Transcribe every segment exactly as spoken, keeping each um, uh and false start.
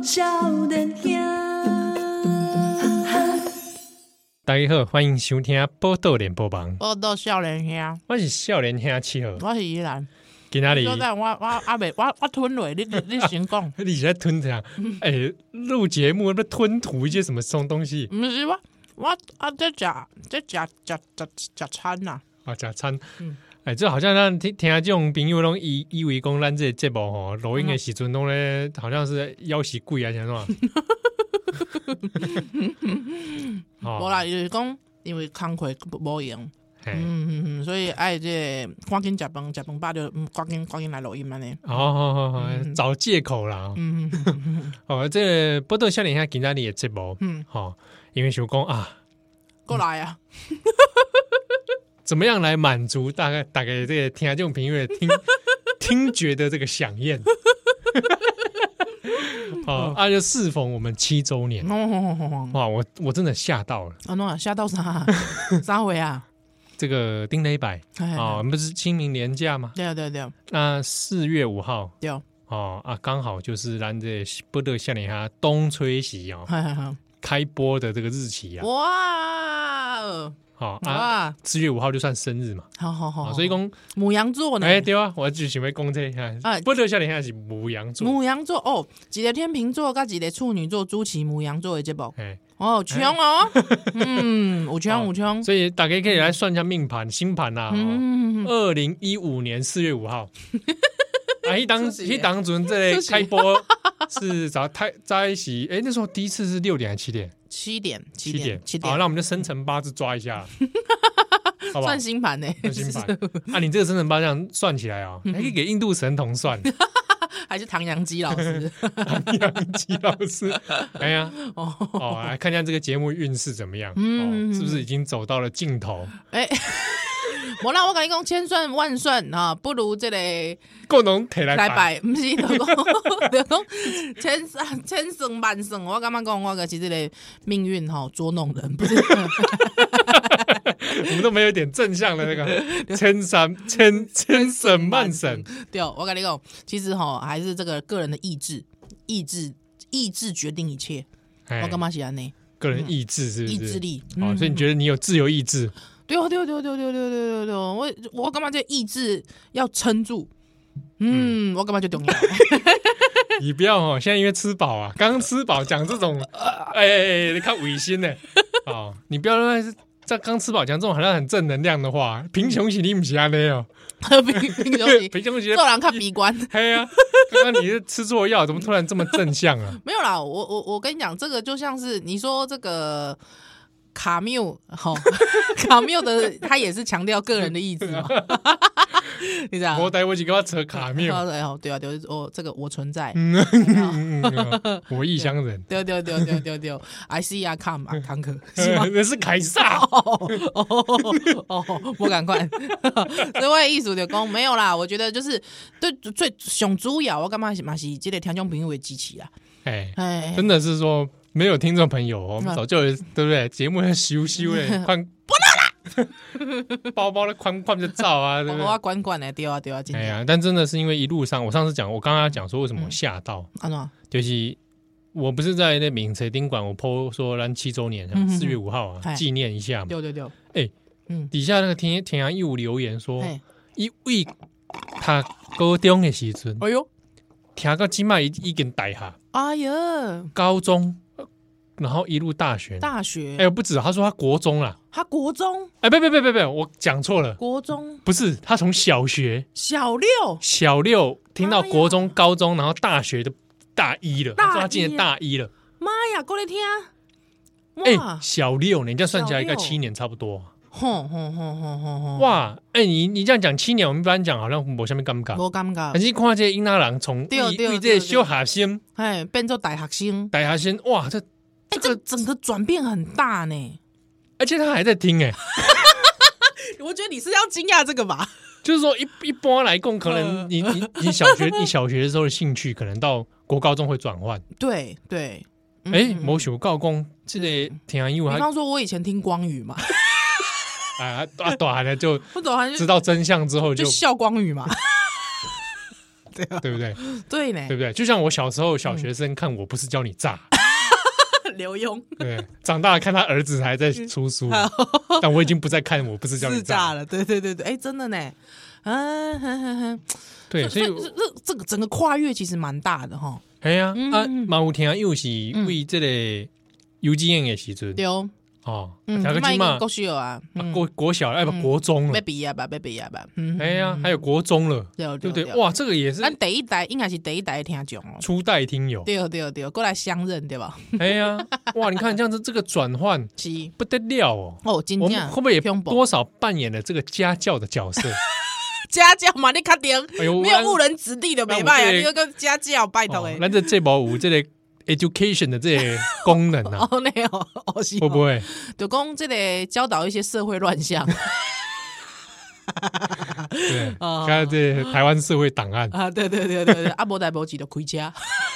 少年兄。 大家好，欢迎收听《报道联播网》。 报道少年兄， 我是少年兄七号， 我是依兰。 今仔日所以我我阿未我我吞落，你你你先讲。 你是在吞这样？哎、欸，录节目要吞吐一些什么松东西？ 不是我我啊在食在食食食食餐呐、 啊，假餐。 嗯哎、欸，这好像让听听下这种朋友拢以以为讲咱这个节目吼，录音的时阵拢咧，好像是要挟贵啊，像什么？ 无、哦、啦，就是讲因为工课无用，嗯嗯嗯，所以爱这赶紧食饭，食饭饱就嗯赶紧赶紧来录音安尼。 哦，好好好，找借口啦。 嗯嗯嗯哦，这个报道少年兄今仔日的节目，嗯，好、哦，因为想讲啊， 过来啊。 怎么样来满足大概大概这个听这种评乐听听觉的这个响应？好、哦，啊，就适逢我们七周年，哇，我我真的吓到了。 啊，喏，吓到啥？啥回啊？ 这个丁磊百啊，不是清明连假吗？ 对啊，对啊，对啊。 那四月五号， 对哦啊，刚好就是咱这波特夏年哈东吹西哦，开播的这个日期啊。 哇！ 好、哦、啊，四月五号就算生日嘛， 好好好， 所以讲牡羊座呢， 哎、欸、对啊，我就想要讲这个，啊，不得少年是牡羊座， 牡羊座哦，一个天秤座跟一个处女座主持牡羊座的节目， 哎、欸， 哦，强哦，嗯，有强有强， 所以大家可以来算一下命盘星盘呐，二零一五年四月五号，啊，一当一当准这里开播是早太在一起，哎、欸，那时候第一次是六点还是七点？ 七点， 七点， 七点。 好，那我们就生辰八字抓一下，好不好？ 算星盘呢？ 算星盘啊！你这个生辰八字这样算起来啊，还可以给印度神童算， 还是唐阳基老师？ 唐阳基老师，哎呀，哦哦，来看一下这个节目运势怎么样？嗯，是不是已经走到了尽头？ 哎。无啦，我跟你讲，千算万算啊，不如这个共同提来来摆，不是就讲就讲千算千算万算。我感觉讲我个是这个命运哈捉弄人，不是？ 我们都没有一点正向的那个千算千千审万审。 对，我跟你讲，其实哈还是这个个人的意志，意志意志决定一切。我干嘛喜欢呢？ 个人意志是不是？ 意志力。 哦，所以你觉得你有自由意志？ 对哦，对哦，对哦，对哦，对哦，对哦，对哦，对哦，我我干嘛这意志要撑住？嗯，我干嘛就重要？ 你不要哦，现在因为吃饱啊，刚吃饱讲这种，哎哎哎，你看违心呢？哦，你不要在刚吃饱讲这种好像很正能量的话，贫穷是你不是安尼哦？ 贫贫穷是贫穷是做人看闭关。 嘿呀，刚刚你是吃错药，怎么突然这么正向啊？ 没有啦，我我我跟你讲，这个就像是你说这个。卡缪，好、哦，卡缪的他也是强调个人的意志嘛，你知道？ 我待会就给我扯卡缪， 哦，对啊，对哦，这个我存在， 嗯我亦乡人， 对对对对对对 ，I see ya come 啊，康克是吗？ 那是凯撒， 哦哦哦，不敢快，所以我的艺术就讲没有啦，我觉得就是对最上主要，我干嘛是嘛是这个听众朋友的支持啊， 哎哎，真的是说。没有听众朋友，我们早就有对不对？节目要修修嘞，宽不能啦，包包的宽宽就照啊，对不对？ 我管管的，对啊对啊， 哎呀，但真的是因为一路上，我上次讲，我刚刚讲说为什么我吓到， 啊， 就是我不是在那闽菜宾馆，我 po 说咱七周年，四月五号啊，纪念一下嘛， 对对对， 哎，嗯，底下那个田田阳义武留言说，因为他高中的时阵，哎呦，听到今麦已已经大下， 哎呀， 高中。然后一路大学， 大学， 哎呦不止，他说他国中啦， 他国中， 哎，别别别别别，我讲错了， 国中不是，他从小学小六小六听到国中、高中，然后大学的大一了，他说他今年大一了， 妈呀，过来听， 哎，小六，你这样算起来应该七年差不多， 吼吼吼吼吼吼， 哇，哎，你你这样讲七年，我们一般讲好像没什么尴尬， 没尴尬， 可是看这英拉郎从为为这小学生， 哎，变做大学生， 大学生，哇，这。 哎、欸，这整个转变很大呢， 而且他还在听哎、欸， 我觉得你是要惊讶这个吧？ 就是说一一般来讲，可能你你你小学你小学的时候的兴趣，可能到国高中会转换。 对对， 哎，某首高工这个听因为比方说，我以前听光宇嘛， 啊啊短的就不短就知道真相之后就笑光宇嘛。 对不对？ 对呢， 对不对？就像我小时候小学生看我不是教你炸。 刘墉对，长大了看他儿子还在出书，但我已经不再看，我不是叫你炸了。对对对对，哎，真的呢，啊，哼哼哼对，所以这这个整个跨越其实蛮大的哈。 哎呀，啊，马有听又是为这个幼稚园的时阵， 对哦， 嗯，哪个金嘛？ 国小啊， 国国小哎不国中了， 要毕业吧，要毕业吧。 哎呀，还有国中了，对不对？哇，这个也是， 咱第一代应该是第一代听众哦， 初代听友， 对对对，过来相认对吧？ 哎呀，哇，你看这样子这个转换不得了哦， 哦，真我们会不会也多少扮演了这个家教的角色？ 家教嘛，你确定？没有误人子弟的没办法，你有个家教拜托诶。 咱这这部有这个 education 的这个功能啊， 哦，没有， 会不会？ 就讲这个教导一些社会乱象。 对，看这台湾社会档案啊，对对对对对，啊，无代无志就开车。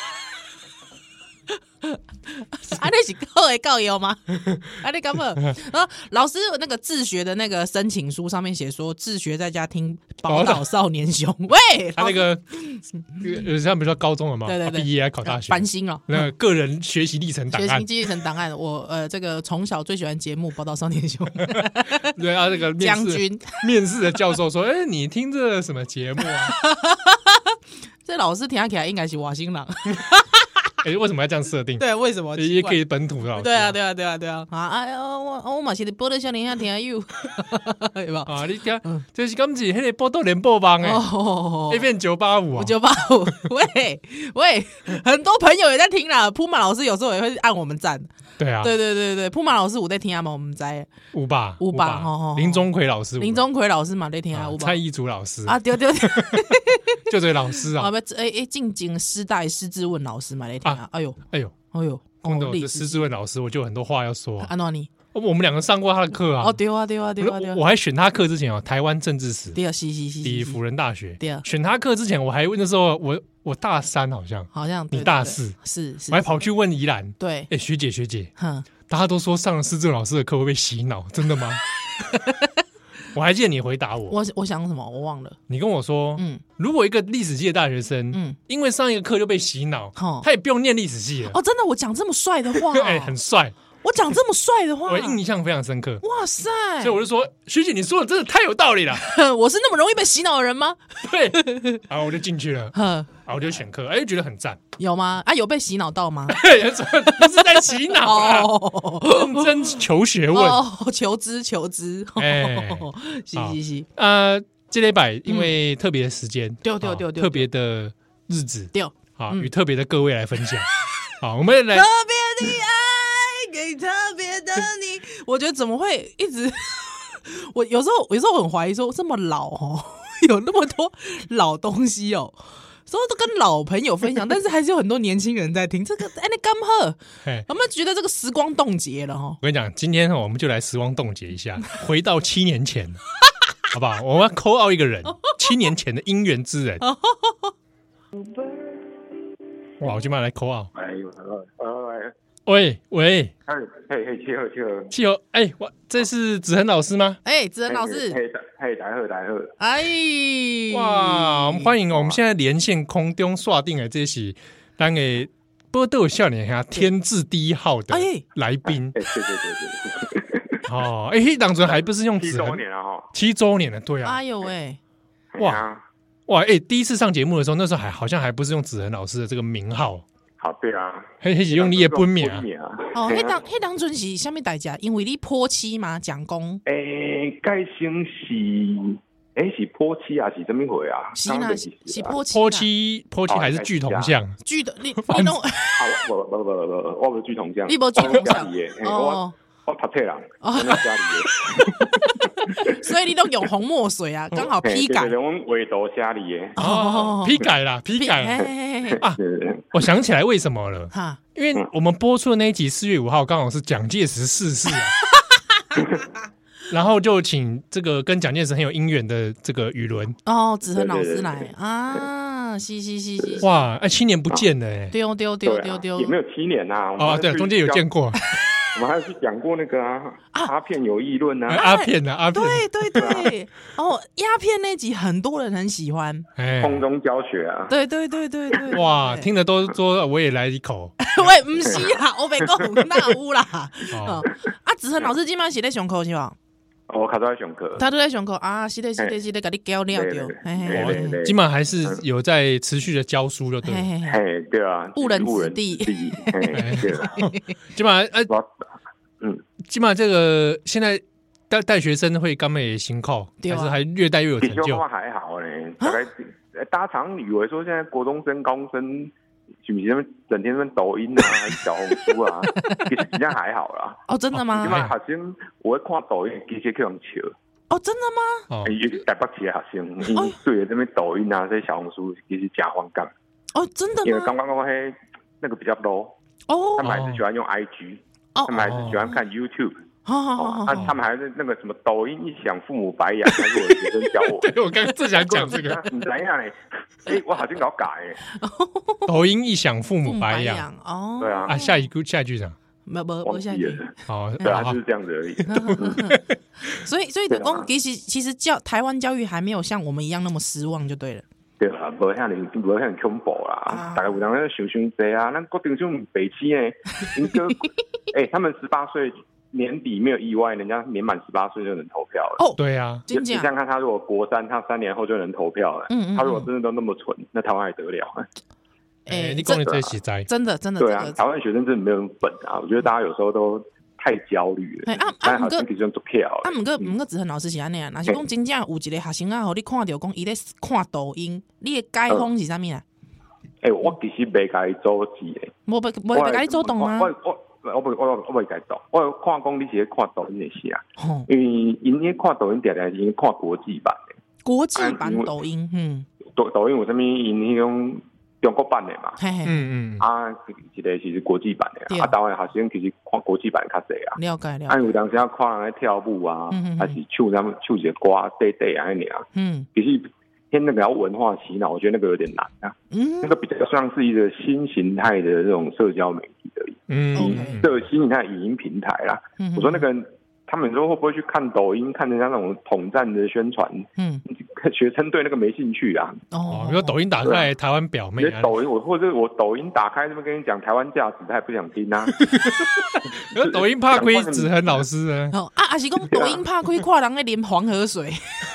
啊，那是好的教育吗？啊，你干嘛？啊，老师那个自学的那个申请书上面写说，自学在家听宝岛少年兄。喂， 他那个像比如说高中了嘛， 对对对， 毕业还考大学， 翻新了。 那个个人学习历程档案， 学习历程档案。我呃，这个从小最喜欢节目《宝岛少年兄》。 对啊，这个将军面试的教授说：“哎，你听这什么节目啊？” 这老师听起来应该是外星人。 哎，为什么要这样设定？ 对，为什么也可以本土的？ 对啊，对啊，对啊，对啊！啊，哎呦，我我嘛是报道少年兄听有，对吧？ 啊，你听，这是今次迄个报道联播网诶，那边九八五啊， 九八五。喂喂，很多朋友也在听啦。铺马老师有时候也会按我们赞。 对啊， 对对对对，铺马老师有在听啊嘛，我们在五吧五吧， 林钟奎老师， 林钟奎老师嘛在听啊， 蔡依竹老师啊，对对对， 就这老师啊， 啊不，哎哎，进京师大施志问老师嘛在听啊，哎呦哎呦哎呦， 看到这施志问老师，我就有很多话要说。 安诺尼， 我们两个上过他的课啊， 哦对啊对啊对啊对啊， 我还选他课之前哦，台湾政治史， 对啊，是是是， 比辅仁大学， 对啊， 选他课之前，我还那时候我我大三好像， 好像你大四， 是是， 我还跑去问宜兰， 对， 哎学姐学姐， 哼。 大家都说上了施志老师的课会被洗脑，真的吗？我还记得你回答我， 我我想什么我忘了。 你跟我说，嗯，如果一个历史系的大学生，嗯，因为上一个课就被洗脑，他也不用念历史系了。 哦，真的，我讲这么帅的话， 哎，很帅。 我讲这么帅的话， 我印象非常深刻。 哇塞！ 所以我就说，学姐，你说的真的太有道理了。 我是那么容易被洗脑的人吗？ 对，然后我就进去了，然后我就选课，哎，觉得很赞。 有吗？啊，有被洗脑到吗？ 不是在洗脑，认真求学问， 求知求知。哎，是是是。 呃，这礼拜因为特别的时间， 对对对对， 特别的日子， 对， 好与特别的各位来分享。好，我们来特别的爱。给特别的你，我觉得怎么会一直？我有时候有时候很怀疑，说这么老哦，有那么多老东西哦，所以都跟老朋友分享，但是还是有很多年轻人在听这个。哎，你干喝？有没有觉得这个时光冻结了？哈， 我跟你讲，今天我们就来时光冻结一下，回到七年前，好不好？我们要call out一个人，七年前的姻缘之人。哇，我今晚来call out。哎呦，喂喂， 嘿嘿嘿，气候气候气候，哎，我这是子恒老师吗？ 哎，子恒老师， 嘿嘿，大好大好， 哎， 哇，我们欢迎哦！我们现在连线空中刷定的这是咱的报道少年兄天字第一号的来宾， 哎，对对对对，哦，哎，嘿，当初还不是用子恒，七周年了哈， 七周年了，对啊， 哎呦喂， 哇哇，哎，第一次上节目的时候，那时候还好像还不是用子恒老师的这个名号。 好，对啊， 迄迄是用你的本名啊。 哦，迄当迄当阵是虾米代价？因为你泼妻嘛，讲公。 诶，盖姓是诶是泼妻啊，是什么回啊？ 是啦，是泼妻。 泼妻，泼妻还是巨铜像？ 巨的，你你弄。 啊，不不不不不，我不是巨铜像， 你不巨铜像哦。我读册人，在家里所以你都用红墨水啊，刚好批改。 用画图写里的哦，批改啦，批改啊！我想起来为什么了，因为我们播出的那一集四月五号刚好是蒋介石逝世啊，然后就请这个跟蒋介石很有姻缘的这个宇伦哦，子恒老师来啊，是是是是， 哇，哎，七年不见了哎， 丢丢丢丢丢， 也没有七年呐， 哦，对，中间有见过。 我们还有去讲过那个啊，阿片有议论啊， 阿片啊，阿片， 对对对，哦，鸦片那集很多人很喜欢， 空中教学啊， 对对对对对， 哇，听的都说我也来一口， 我也不是啦，我没讲那有啦，啊，子恒老师今晚是在上课是吧？ 我考都在上课， 他都在上课啊，是的，是的，是的，给你教了掉。 今晚还是有在持续的教书，就对。 嘿，对啊， 误人子弟。 对啊， 今晚呃，嗯，今晚这个现在带带学生会刚美新靠，还是还越带越有成就？ 还好呢，大概大家常以为说现在国中生、高中生。是不是整天在抖音啊、小红书啊？其实这样还好啦。 哦，真的吗？ 因为学生我会看抖音，其实可以用笑。 哦，真的吗？ 哦，尤其台北市的学生，因对这边抖音啊、这些小红书，其实假反感。 哦，真的吗？ 因为刚刚刚黑那个比较 low。哦。他们还是喜欢用 I G， 他们还是喜欢看 YouTube。好好好，他他们还是那个什么抖音一响父母白养，还是我的学生教我。 对，我刚刚正想讲这个。 你怎样嘞？哎，我好像搞改哎。 抖音一响父母白养。 哦。 对啊。 啊，下一句下一句啥？ 没没没下一句。 哦，对啊，就是这样子而已。 所以所以，公其实其实教台湾教育还没有像我们一样那么失望，就对了。 对啊，无遐尼，无遐尼恐怖啦。大家有人咧想想济啊，咱国定就北七诶，应该哎，他们十八岁。年底没有意外，人家年满十八岁就能投票了。 哦， 对啊， 你想想看，他如果国三，他三年后就能投票了。嗯嗯，他如果真的都那么蠢，那台湾还得了？ 哎，你讲的这实在， 真的真的对啊，台湾学生真的没有本啊。我觉得大家有时候都太焦虑了。 啊啊，好像其实做票。 啊，不过不过子恒老师是安尼啊，若是讲真正有一个学生啊，互你看到讲伊咧看抖音，你的解封是啥物啊？ 哎，我其实袂甲伊做字诶， 无袂无袂甲伊做动吗？ 我不我我不解读，我看讲你是看抖音的事啊，因为因为看抖音常常是看国际版的， 国际版抖音，嗯， 抖抖音有啥物因迄种中国版的嘛， 嗯嗯， 啊，一个是国际版的，啊，台湾学生其实看国际版较济啊， 了解了解， 啊，有当时啊看人在跳舞啊，还是唱什么唱一个歌对对啊那样，嗯，其实偏那个要文化洗脑，我觉得那个有点难啊，嗯，那个比较像是一个新形态的这种社交媒体而已。嗯，这个新形态影音平台啦，嗯、我说那个他们说会不会去看抖音，看人家那种统战的宣传？嗯，学生对那个没兴趣啊。 哦，比如抖音打开台湾表妹、啊， 抖音我或者我抖音打开这边跟你讲台湾价值，他也不想听啊。 有抖音怕亏子恒老师啊， 哦啊，还是讲抖音怕亏看人在啉黄河水。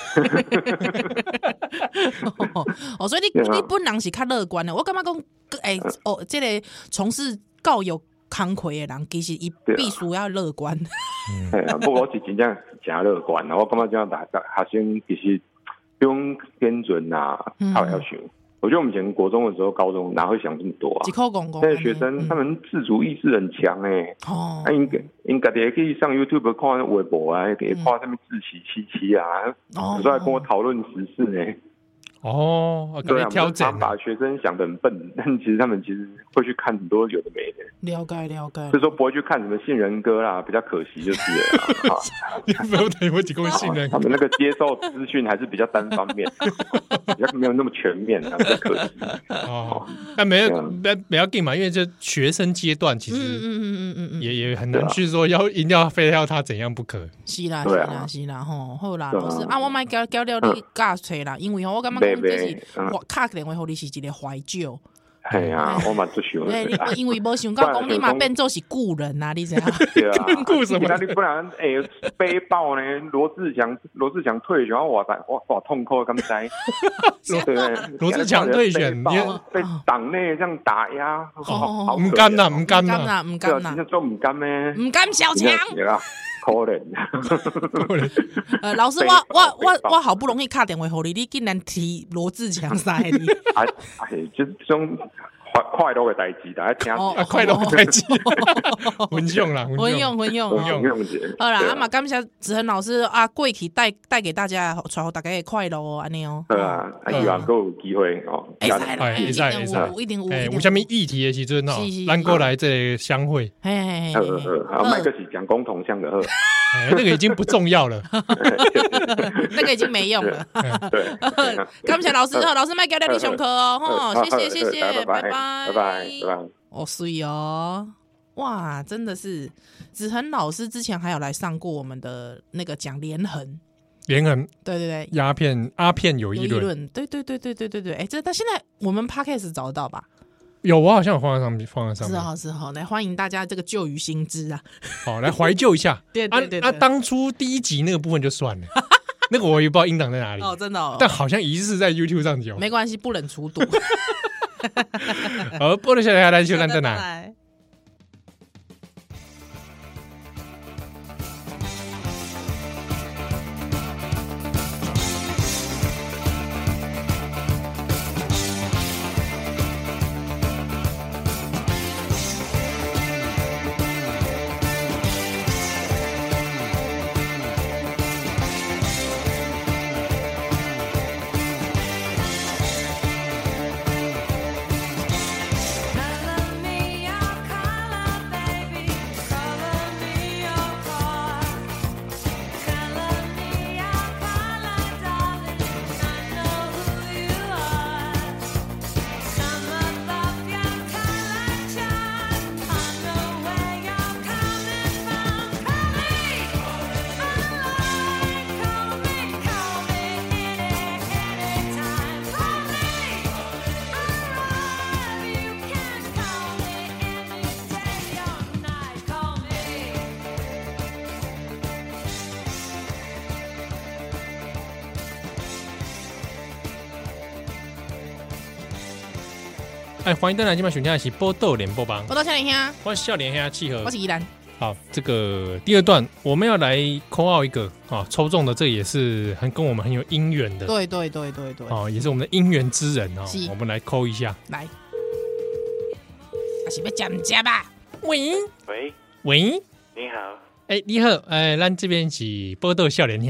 哦，所以你你本人是较乐观的，我感觉讲，诶、欸，哦，这个从事教育工课的人，其实伊必须要乐观。 哎呀，不过我是真正真乐观啊！我感觉这样大家学生其实不用天准啊，他要想。我觉得我们以前国中的时候、高中哪会想这么多啊？ 几口公公， 现在学生他们自主意识很强哎、欸。哦，啊，应该应该也可以上 YouTube 看微博啊，可以看上面志祺七七啊，有时候还跟我讨论时事呢、欸。 哦， 对啊，他们把学生想得很笨，但其实他们其实会去看很多有的没的。 了解了解， 所以说不会去看什么杏仁歌啦，比较可惜就是了啦。 你不要等我几个杏仁， 他们那个接受资讯还是比较单方面，比较没有那么全面啊，比较可惜。 哦，但没有没没要紧嘛，因为这学生阶段其实嗯嗯嗯嗯嗯也也很难去说要一定要非要他怎样不可。 是啦是啦是啦吼，好啦，老师啊，我卖教教了你教册啦，因为我感觉。这是我打电话给你是一个怀旧。 系啊，我嘛做想。 对，因为无想到讲你嘛变做是故人啊，你知道？ 对啊， 故什么？ 你不然诶，背包呢？罗志祥，罗志祥退选，我哇哇哇痛苦咁知？ 对对，罗志祥退选， 被党内这样打压， 唔甘呐，唔甘呐，唔甘呐， 做唔甘咩？ 唔甘小强。 可怜， 呃，老师，我我我我好不容易打电话给你，你竟然提罗志祥赛你， 哎哎，就是这种快乐的代志，大家听啊，快乐的代志，混用啦， 混用混用混用， 好啦，啊嘛，感谢子恒老师啊，过去带带给大家，传大家的快乐哦，安尼哦， 对啊，希望都有机会哦， 会使啦，一定有，一定有， 哎，有啥物议题的时阵哦，咱过来这里相会， 嘿嘿嘿， 好，麦克是讲共同向的， 哎，那个已经不重要了， 那个已经没用了， 对， 感谢老师，老师麦教了你上课哦，吼，谢谢谢谢，拜拜。 拜拜，拜拜。 哦，水哦。 哇，真的是子恒老师之前还有来上过我们的那个讲连横。 连横， 对对对， 鸦片阿片有议论， 对对对对对对对，哎，这但现在我们 podcast 找得到吧？ 有，我好像有放在上面，放在上面。 是好是好，来欢迎大家这个旧于新知啊！ 好，来怀旧一下。 对对对， 那当初第一集那个部分就算了，那个我也不知道音档在哪里哦，真的哦， 但好像疑似在 YouTube 上有。 没关系，不忍除毒。 好，播了下来，来就让在哪？哎，欢迎登来今晚选听的是波豆联播帮， 波豆笑脸兄， 我是笑脸兄契合， 我是宜兰。 好，这个第二段我们要来扣out一个啊，抽中的这也是很跟我们很有姻缘的， 对对对对对， 哦，也是我们的姻缘之人哦，我们来扣一下， 来，还是要讲讲吧？ 喂喂喂， 你好， 哎、欸、你好，哎、呃，咱这边是波豆笑脸兄，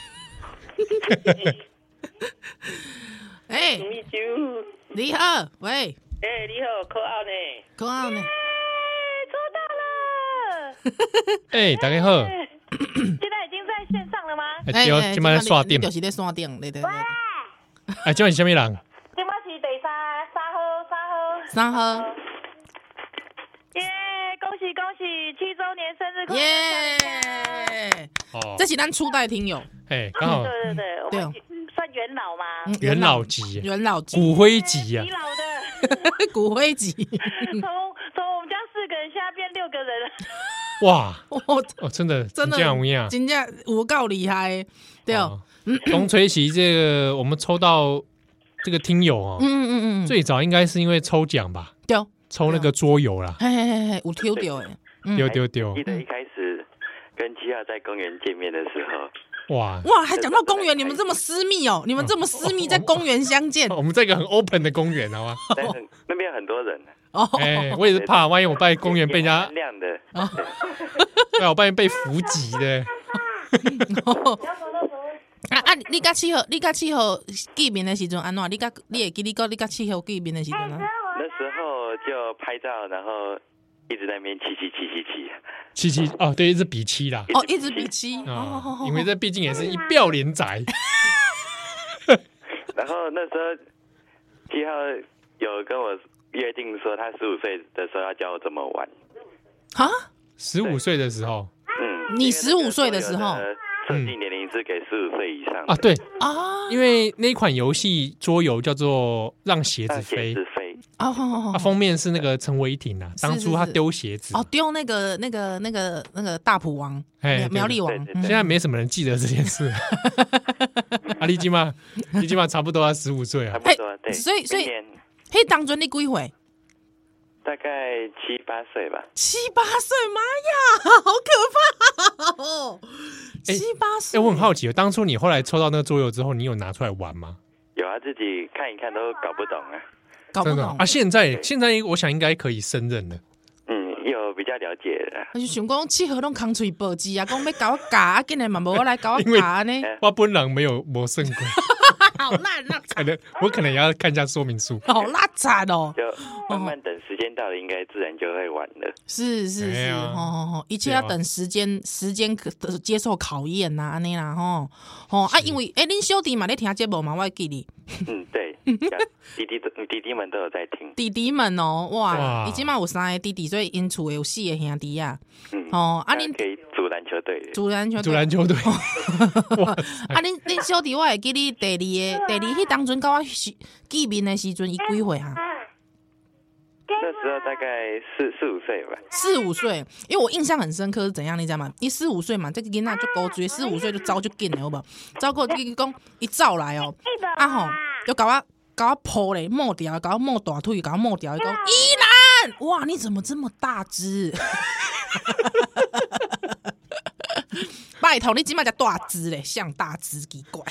哎，你好，喂， 哎、欸，你好，扣out呢？ 扣out呢？ 抽到了！ 哎、欸，大家好， 欸、现在已经在线上了吗？ 哎、欸，对，今晚在刷电， 就是在刷电，对对对。 哎，今晚是什么人？ 今晚是第三三号，三号， 三号。 耶！恭喜恭喜，七周年生日快乐！ 耶！哦，这是咱初代听友。 哎，刚好。 对对对，我们算元老吗？ 元老级， 元老级， 骨灰级啊！ 元老的骨灰级。 从从我们家四个人，现在变六个人了。 哇！哦，真的真的这样无样， 真的有够厉害，对哦。 龙吹旗这个，我们抽到这个听友哦， 嗯嗯嗯， 最早应该是因为抽奖吧？ 对， 抽那个桌游啦。 嘿嘿嘿嘿，有丢丢哎， 丢丢丢！ 记得一开始跟七号在公园见面的时候， 哇哇，还讲到公园，你们这么私密哦，你们这么私密，在公园相见。 我们在一个很 open 的公园，好吗？ 但是那边有很多人。 哦，哎，我也是怕，万一我在公园被人家亮的， 对，我万一被伏击的。 啊啊！你甲七号，你甲七号见面的时阵安怎？你甲你会记你讲你甲七号见面的时阵啊？ 那时候就拍照，然后一直在那边七七七七七七七哦，对，一直比七啦。 哦，一直比七哦，因为这毕竟也是一票连载。 然后那时候七号有跟我约定说，他十五岁的时候要教我怎么玩。 啊？ 十五岁的时候？ 嗯， 你十五岁的时候。 设计年龄是给十五岁以上啊，对啊， 因为那款游戏桌游叫做《让鞋子飞》， 啊， 它封面是那个陈伟霆啊，当初他丢鞋子， 哦，丢那个那个那个那个大埔王，苗栗王， 现在没什么人记得这件事。啊，你今嘛，你今嘛差不多要十五岁啊， 差不多对， 所以所以，嘿，当初你几岁？ 大概七八岁吧。 七八岁，妈呀，好可怕哦！七八岁， 哎，我很好奇，当初你后来抽到那个桌游之后，你有拿出来玩吗？ 有啊，自己看一看都搞不懂啊， 搞不懂啊！现在现在我想应该可以胜任了。 嗯，有比较了解的。 我就想讲，七号拢空嘴报机啊，讲要搞我假，竟然嘛无我来搞我假呢。 我本人没有没胜过。 好烂烂可能我可能也要看一下说明书。 好烂惨哦！ 就慢慢等时间到了，应该自然就会玩了。 是是是，哦哦，一切要等时间时间接受考验呐，安尼啦吼吼啊！因为哎，恁小弟嘛咧听节目嘛，我记你。 嗯，对。 弟弟弟弟们都有在听。 弟弟们哦，哇，已经嘛有三个弟弟，所以因厝有四个兄弟啊。嗯，哦，啊，恁可以组篮球队， 组篮球队， 组篮球队。 哇，啊，恁恁小弟，我会记你第二个，第二迄当阵甲我见面的时阵，伊几岁啊？ 那时候大概四四五岁吧， 四五岁，因为我印象很深刻是怎样，你知道吗？一四五岁嘛，这个囡仔就高追，四五岁就走就紧了，好不好？走过伊讲一走来哦，啊吼，就搞我搞我抱咧，摸掉，搞我摸大腿，搞我摸掉，伊讲依兰，哇，你怎么这么大只？拜托，你今麦才大只嘞，像大只奇怪。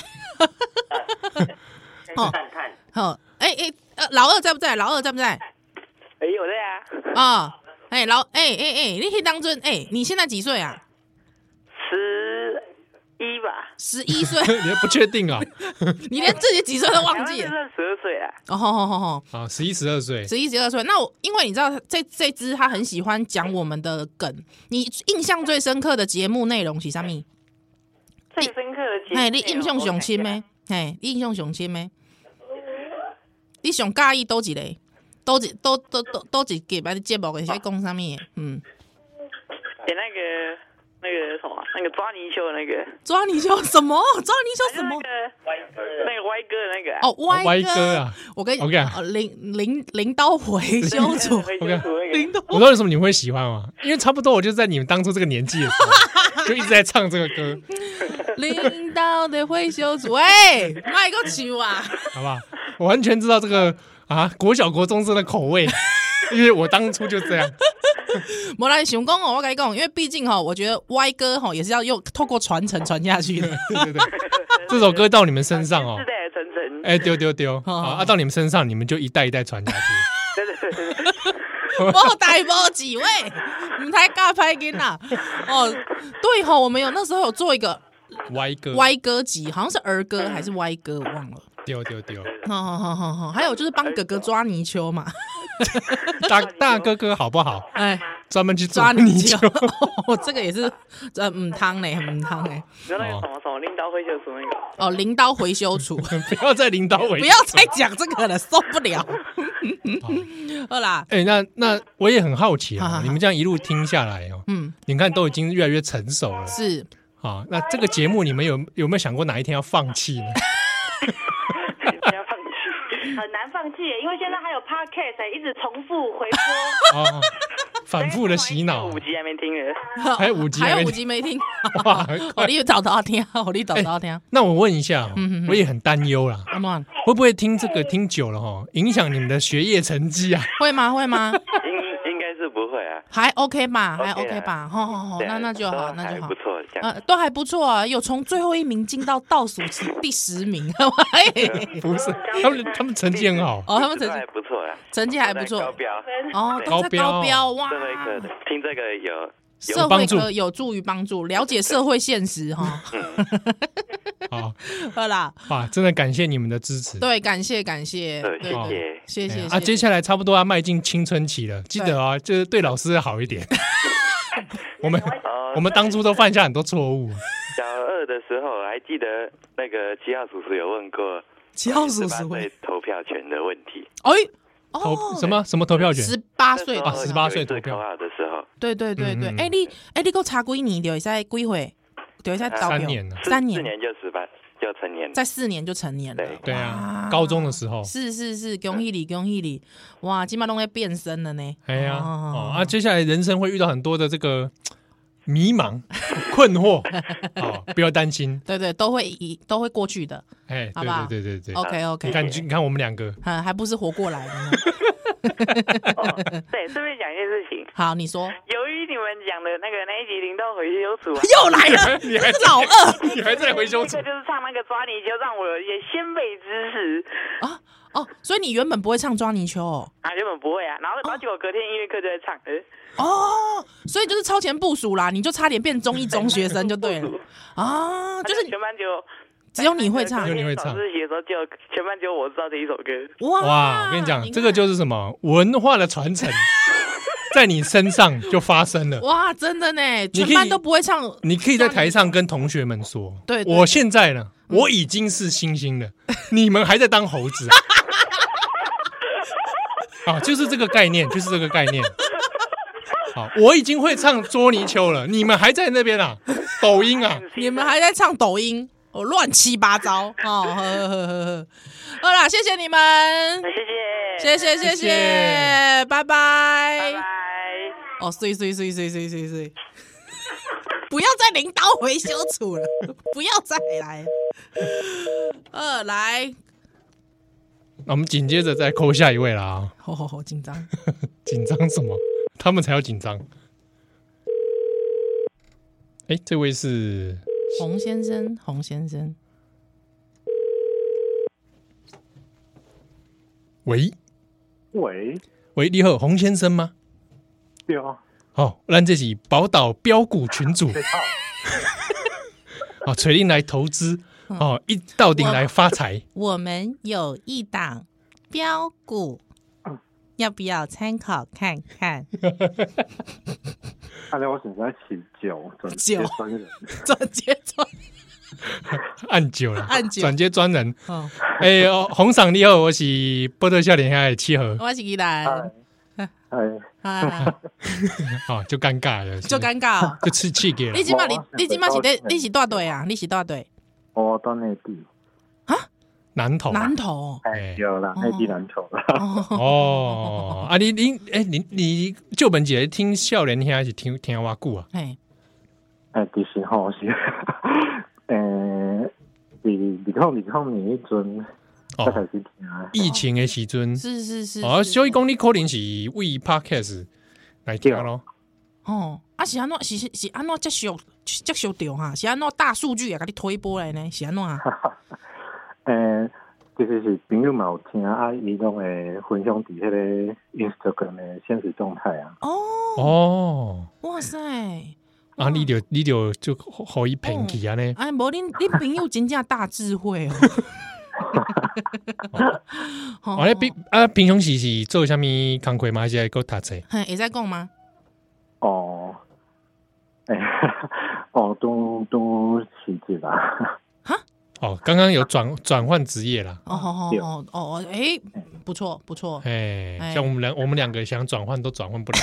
哦， 好，哎哎，呃，老二在不在？老二在不在？ 哎、欸，我在啊。 啊，哎、欸、老，哎哎哎，你去当尊，哎、欸，你现在几岁啊？ 十一吧。 十一岁， 你还不确定啊？ 你连自己几岁都忘记了？ 十二岁啊。 哦吼吼吼吼， 啊，十一十二岁， 十一十二岁。那我因为你知道这这支他很喜欢讲我们的梗，你印象最深刻的节目内容是啥咪？ 最深刻的节目， 哎，你印象上深咩？哎，你印象上深咩？你上介意多一个？都一都都都都一个把你节目的在讲啥咪？嗯， 给那个那个什么，那个抓泥鳅那个抓泥鳅什么？抓泥鳅什么？ 那个歪哥那个哦，歪歪哥啊！ 我跟你 ，OK， 零零零刀回修组 ，OK， 零刀。 我知道为什么你会喜欢吗？因为差不多我就在你们当初这个年纪的时候，就一直在唱这个歌。 领导的回修组，喂，卖个球啊！ 好不好？我完全知道这个啊，国小国中生的口味，因为我当初就这样。 没来想讲哦，我跟你讲，因为毕竟哈，我觉得歪歌哈也是要用透过传承传下去的。 对对对，这首歌到你们身上哦， 世代的传承， 哎，丢丢丢啊！啊，到你们身上，你们就一代一代传下去。 对对对对。 无代无几位，唔太尬拍囡啦。哦，对哈，我们有那时候有做一个歪歌歪歌集，好像是儿歌还是歪歌，我忘了。 丢丢丢。 好好好好好，还有就是帮哥哥抓泥鳅嘛。 大大哥哥好不好？哎，专门去抓泥鳅。哦，这个也是呃唔汤嘞，唔汤嘞。 你那个什么什么拎刀回修处那个？ 哦，拎刀回修处。 不要再拎刀回， 不要再讲这个了，受不了。好啦， 哎、欸，那那我也很好奇啊，你们这样一路听下来哦，嗯，你看都已经越来越成熟了， 是啊，那这个节目你们有有没有想过哪一天要放弃呢？ 要放弃， 很难放弃，因为现在还有 podcast 一直重复回播， 哦，反复的洗脑， 五集还没听呢， 还有五集， 还有五集没听，哇，我你找到听，我你找到听、欸。 那我问一下、哦，嗯、我也很担忧啦， 嗯、 会不会听这个听久了哈，影响你们的学业成绩啊？ 会吗？会吗？ 应应该是不会啊， 还 OK 吧，还 OK 吧，好好好，那那就好，那就好， 不错， 呃，都还不错啊，有从最后一名进到倒数期第十名， 不是，他们他们成绩很好， 哦，他们成绩还不错啊， 成绩还不错， 高标， 哦，高标高标哇， 社会课听这个有。 社会科有助于帮助了解社会现实哈。 好， 好啦， 哇，真的感谢你们的支持。 对，感谢感谢， 对对对， 谢谢啊！接下来差不多要迈进青春期了，记得啊，就是对老师好一点。我们我们当初都犯下很多错误。 小二的时候还记得那个七号叔叔有问过七号叔叔对投票权的问题。 哎。 投什么什么投票权？ 十八岁啊，十八岁投票的时候。 对对对对，哎、嗯、你哎你给我查几年就会使几岁？就会使投票？ 三年了， 三年， 四年就十八就成年， 在四年就成年了。 对啊，高中的时候。 是是是，恭喜你恭喜你！哇，今麦都在变身了呢。 哎呀，哦啊，接下来人生会遇到很多的这个迷茫、困惑，哦，不要担心。 对对，都会一都会过去的。 哎，对对对对对 ，OK OK。 你看，你看我们两个， 还还不是活过来的呢。 哦、对，顺便讲一件事情。 好，你说。 由于你们讲的那个那一集零到回修处、啊， 又来了， 你还老二， 你还在回修处， 这就是唱那个抓泥鳅，让我有一些先辈知识啊。哦，所以你原本不会唱抓泥鳅哦？ 啊，原本不会啊，然后然后结果隔天音乐课就在唱，呃、 哦，所以就是超前部署啦，你就差点变中一中学生就对了啊，就是全班就只有你会唱， 只有你会唱。 早自习的时候就全班只有我知道这一首歌。 哇哇，我跟你讲，这个就是什么文化的传承，在你身上就发生了。 哇，真的呢，全班都不会唱， 你可以在台上跟同学们说， 对， 我现在呢。我已经是星星了，你们还在当猴子啊！ 啊，就是这个概念，就是这个概念。好，我已经会唱捉泥鳅了，你们还在那边啊？抖音啊？ 你们还在唱抖音？哦，乱七八糟哦，呵呵呵呵呵。好啦，谢谢你们， 谢谢， 谢谢谢谢，拜拜， 拜拜。 哦，碎碎碎碎碎碎碎，不要再领导回修处了，不要再来。呃，来， 我们紧接着再扣下一位啦啊！ 好好好，紧张， 紧张什么？他们才要紧张。哎，这位是洪先生，洪先生， 喂喂喂，你好，洪先生吗？ 对啊， 哦，咱这是宝岛标股群主，哦，锤令来投资，哦，一到顶来发财。 我们有一档标股，要不要参考看看？ 看来我现在起酒转接专人， 转接专按九了， 按九转接专人。 哦， 哎、欸，洪赏你好，我是波特笑脸下的七和， 我是宜兰， 哎， 啊， 哦，就尴尬了， 就尴尬哦。 就吃气给了你。今嘛你你今嘛是在你是大队啊？你是大队我到内地， 南投， 南投哎，有啦，内地南投啦。 哦，啊，你你哎、欸，你你旧本姐听笑脸下是听听我久啊？ 哎， 哎，其实吼是，诶，二二零二零年迄阵，才开始听啊。 疫情的时阵， 是是是哦， 是所以讲你可能是为 podcast 来听咯。 哦，啊是安怎是是是安怎接受接受到哈？是安怎大数据也给你推波来呢？是安怎啊？ 诶，其实是朋友嘛有听啊，伊拢会分享伫迄个 Instagram 的现实状态啊。 哦哦， 哇塞！ 啊，你就你就就互伊骗去啊呢？ 哎，无恁恁朋友真正大智慧哦。 哦，你平啊平常时是做啥物工课吗？还是在读册？ 嘿，会使讲吗？ 哦，诶，哦，都都辞职啦。 哦，刚刚有转转换职业啦。 哦哦哦哦哦，哎，不错不错， 哎， 哎像我们两我们两个想转换都转换不了。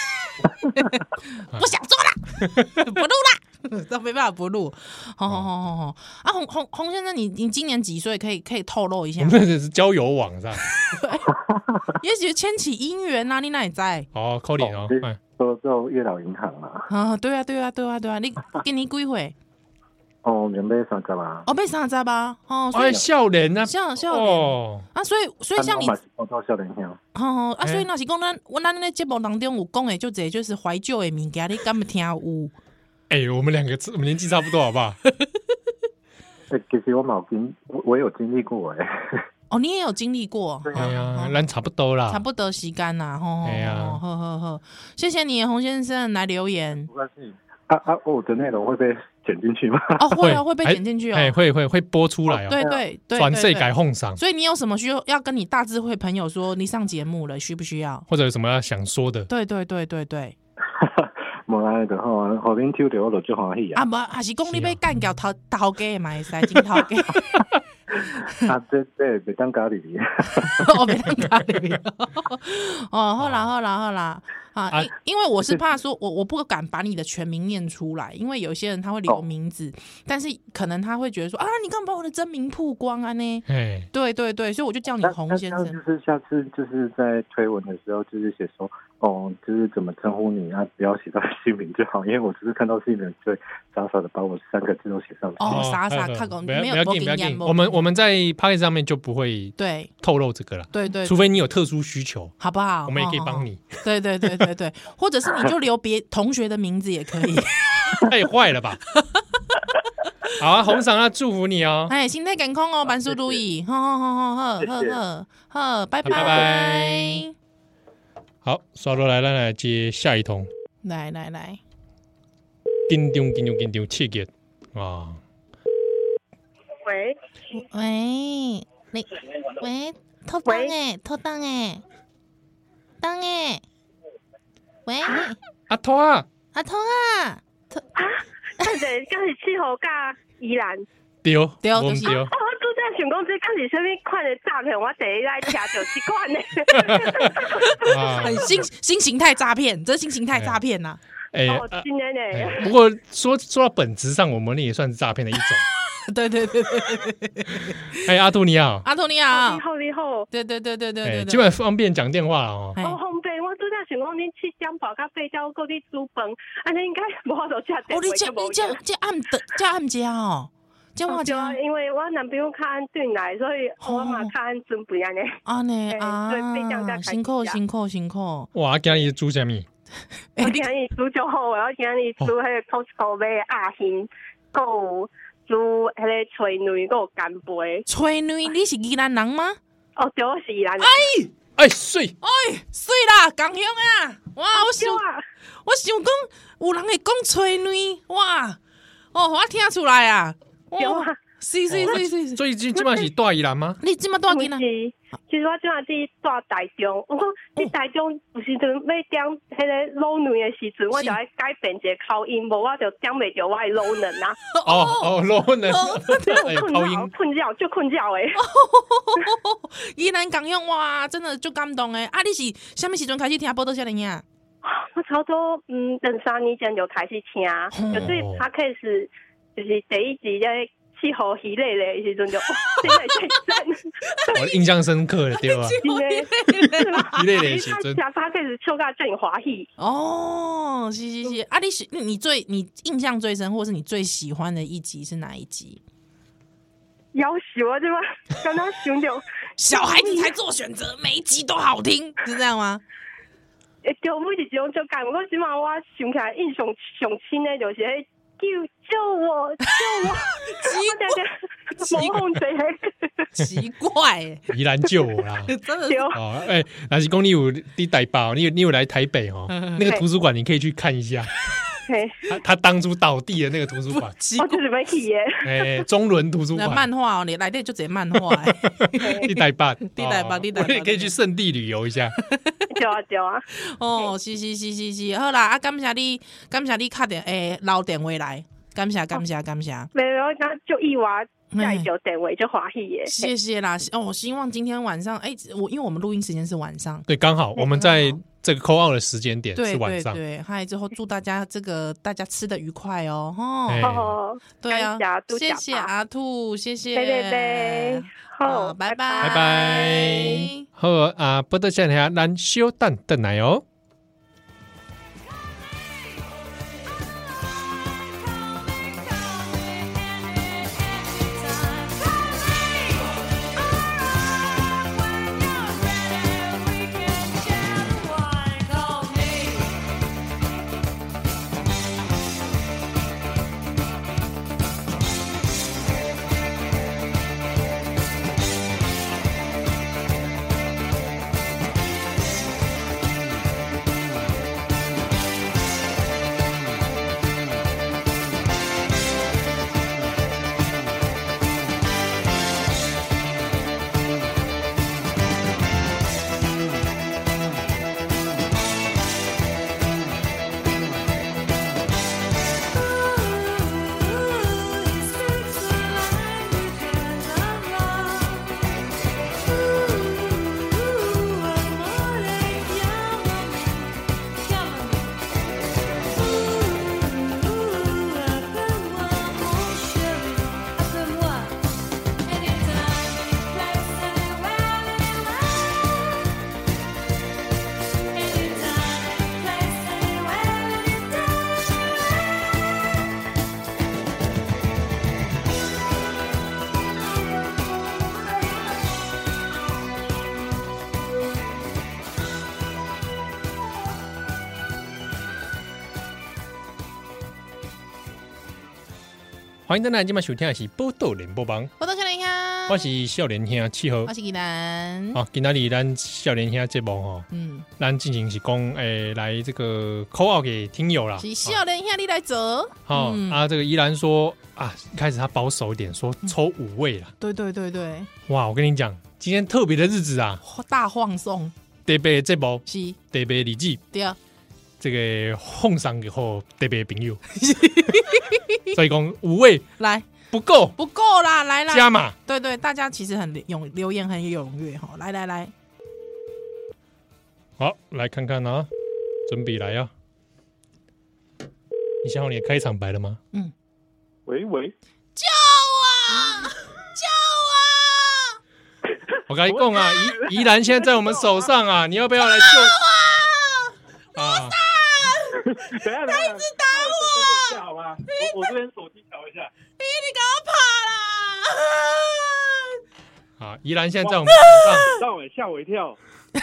不想做了，不录了，都没办法不录。好好好好好啊，洪洪洪先生，你你今年几岁？可以可以透露一下我？们这是交友网是吧？ 也许牵起姻缘啊，你哪里在？ 哦，扣脸哦，哎， 都做月老银行嘛。 啊，对啊对啊对啊对啊，你给你几岁？ 哦，原本三十啊。 哦，被三十吧？哦，所哎， 以笑脸啊， 笑笑脸哦， 啊，所以所以像你。 我到少年兄。 哦啊，所以欸若是讲咱我咱咧节目当中有讲的就这就是怀旧的物件，你敢不听有？ 哎，我们两个我们年纪差不多，好不好？ 哎，其实我冇经，我我有经历过哎。 哦，你也有经历过， 哎呀，咱差不多啦， 差不多时间呐，吼， 哎呀呵呵呵，谢谢你，洪先生来留言。 没关系。啊啊，我的内容会被剪进去吗？ 哦，会啊，会被剪进去哦。 哎，会会会播出来哦， 对对对， 转世对改哄上， 所以你有什么需要要跟你大智慧朋友说？你上节目了，需不需要？ 或者有什么要想说的？ 对对对对对。 无来就好啊，后面抽到我就最欢喜啊。 啊，无还是讲你要干掉头头家嘛，会使真头家。 啊，这这袂当加入去。 我没当咖喱。哦，好啦好啦好啦啊！因因为我是怕说，我我不敢把你的全名念出来，因为有些人他会留名字，但是可能他会觉得说啊，你干嘛把我的真名曝光啊呢？ 哎， 对对对，所以我就叫你洪先生。 就是下次就是在推文的时候，就是写说哦，就是怎么称呼你啊，不要写到姓名就好，因为我只是看到姓名，就傻傻的把我三个字都写上去。 哦，傻傻看狗没有不要紧不要紧，我们我们在 P A 上面就不会对透露这个了， 对对， 除非你有特殊需求， 好不好？ 我们也可以帮你。 对对对对对，或者是你就留别同学的名字也可以。 太坏了吧！好啊，红赏啊，祝福你哦！ 哎，身体健康哦，万事如意！好好好好好好好好，拜拜拜。好，刷落来，咱来接下一通。 来来来， 紧张紧张紧张，刺激啊！ 喂喂，你喂，偷档诶，偷档诶，档诶，喂， 阿拖啊， 阿通啊， 啊，看者敢是气候甲宜兰， 对对就是对哦，拄则想讲这敢是什么款的诈骗？我第一来听就是款的。 很新新形态诈骗，这是新形态诈骗呐。 哎， 哦，今天呢？ 不过说说到本质上，我们也算是诈骗的一种。 对对对对。 哎，阿兔你好， 阿兔你好， 你好你好。 对对对对对对， 基本方便讲电话了哦。 哦，方便，我拄则想讲恁七点半到八点够你煮饭，安尼应该无法度食电话。 哦，你这你这这暗的这暗食哦。这我就因为我男朋友较安转来，所以我嘛较安准备安尼。 安尼啊，辛苦辛苦辛苦。 哇，今日煮什么？ 我今日煮就好，我今日煮迄个 Costco 买鸭胸，够煮迄个脆卵，够干贝。 脆卵，你是宜兰人吗？ 哦，对，我是宜兰人。 哎哎，水哎水啦，港乡啊！哇，我想我想讲，有人会讲脆卵，哇！哦，我听出来啊。 对啊， 是是是是， 所以今今晚是大宜兰吗？ 你今晚大宜兰？ 其实我今晚是大台中，我讲你台中有时阵要点迄个卤卵的时阵，我就要改变一个口音，无我就点袂着我的卤卵啊。 哦哦，卤卵， 困扰困扰就困扰诶。 宜兰港乡哇，真的就感动诶！啊，你是什么时阵开始听报道少年兄？ 我差不多嗯两三年前就开始听，就对 Podcast。就是第一集在气候喜累的时阵就哇，真的太赞！ 我印象深刻了，对吧？喜累的时阵， 他他开始笑到真欢喜。 哦，是是是，啊，你是你最你印象最深，或是你最喜欢的一集是哪一集？ 要死我对吧？刚刚想到小孩子才做选择，每一集都好听，是这样吗？ 诶，就每一集种就感，我起码我想起来印象上深的就是。救救我！救我！奇怪，奇怪， 宜兰救我啦！ 真的是哦，哎、欸，那是讲你有你台北，你有你有来台北哦，那个图书馆你可以去看一下。他他当初倒地的那个图书馆， 我就是没去耶。 哎，中伦图书馆漫画哦，你来这就直接漫画。 你台北， 你台北，你台北， 我也可以去圣地旅游一下。 对啊，对啊。 哦，是是是是是，好啦，啊，感谢你，感谢你打电诶留电话来，感谢感谢感谢。 没有，那就意外。再就电话就欢喜耶， 谢谢啦！哦，希望今天晚上，哎、欸，我因为我们录音时间是晚上， 对，刚好我们在这个 call out 的时间点是晚上， 对对对。嗨，之后祝大家这个大家吃的愉快哦， 哦，哦对啊，谢谢阿兔，谢谢， 对对对，好， 拜拜拜拜，好啊，不得先下，咱小等等来哦。欢迎登来，今晚收听的是《报道联播网》， 报道少年兄， 我是少年兄七号， 我是宜兰。 好，今仔日咱少年兄节目吼，嗯，咱进行是讲诶，来这个 call out 给听友啦， 是少年兄你来走。 好、嗯、啊，这个宜兰说啊，一开始他保守一点，说抽五位啦、嗯。对对对对， 哇，我跟你讲，今天特别的日子啊， 大放送， 特别节目是特别日子， 对啊。 这个奉上以后特别朋友，所以讲五位来不够， 不够啦，来啦， 加码。 对对，大家其实很踊留言很踊跃哈，来来来， 好，来看看啊，准备来啊！你想好你的开场白了吗？ 嗯， 喂喂， 救我，救我！ 我跟你讲啊，宜宜兰现在在我们手上啊，你要不要来救？啊！ 等一下，他一直打我，好吗？我我这边手机调一下。 咦，你给我跑啦！ 好，宜兰现在在我们手上， 让我吓我一跳。